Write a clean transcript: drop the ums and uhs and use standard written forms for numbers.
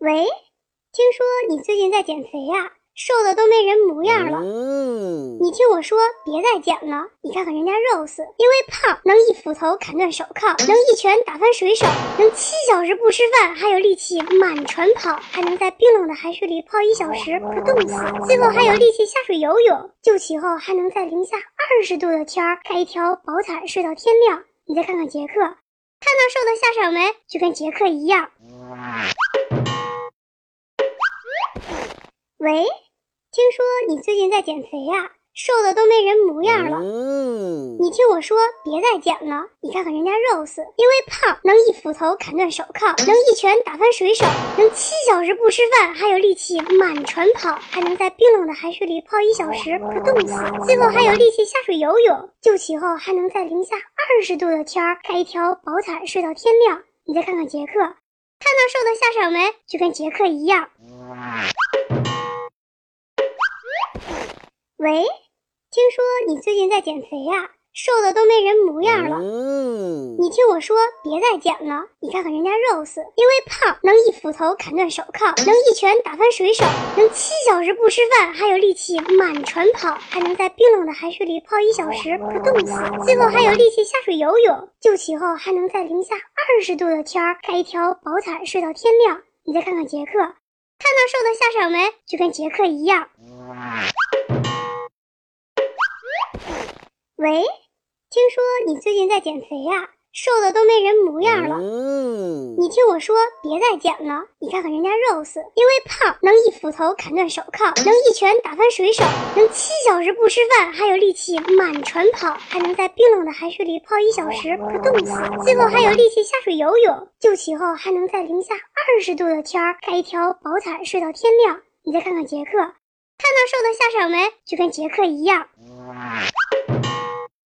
喂，听说你最近在减肥呀，瘦的都没人模样了。你听我说，别再减了，你看看人家 Rose，因为胖能一斧头砍断手铐，能一拳打翻水手，能7小时不吃饭，还有力气满船跑，还能在冰冷的海水里泡1小时不冻死，最后还有力气下水游泳，救起后还能在零下20度的天儿盖一条薄毯睡到天亮。你再看看杰克，看到瘦的下场没？就跟杰克一样。喂，听说你最近在减肥呀，瘦的都没人模样了。你听我说，别再减了，你看看人家 Rose，因为胖能一斧头砍断手铐，能一拳打翻水手，能7小时不吃饭，还有力气满船跑，还能在冰冷的海水里泡1小时不冻死，最后还有力气下水游泳，救起后还能在零下20度的天儿盖一条薄毯睡到天亮。你再看看杰克，看到瘦的下场没？就跟杰克一样。喂，听说你最近在减肥呀，瘦的都没人模样了。你听我说，别再减了，你看看人家 Rose，因为胖能一斧头砍断手铐，能一拳打翻水手，能7小时不吃饭，还有力气满船跑，还能在冰冷的海水里泡1小时不冻死，最后还有力气下水游泳，救起后还能在零下20度的天儿盖一条薄毯睡到天亮。你再看看杰克，看到瘦的下场没？就跟杰克一样。喂，听说你最近在减肥呀，瘦的都没人模样了。你听我说，别再减了，你看看人家 Rose，因为胖能一斧头砍断手铐，能一拳打翻水手，能7小时不吃饭，还有力气满船跑，还能在冰冷的海水里泡1小时不冻死，最后还有力气下水游泳，救起后还能在零下20度的天儿盖一条薄毯睡到天亮。你再看看杰克，看到瘦的下场没？就跟杰克一样。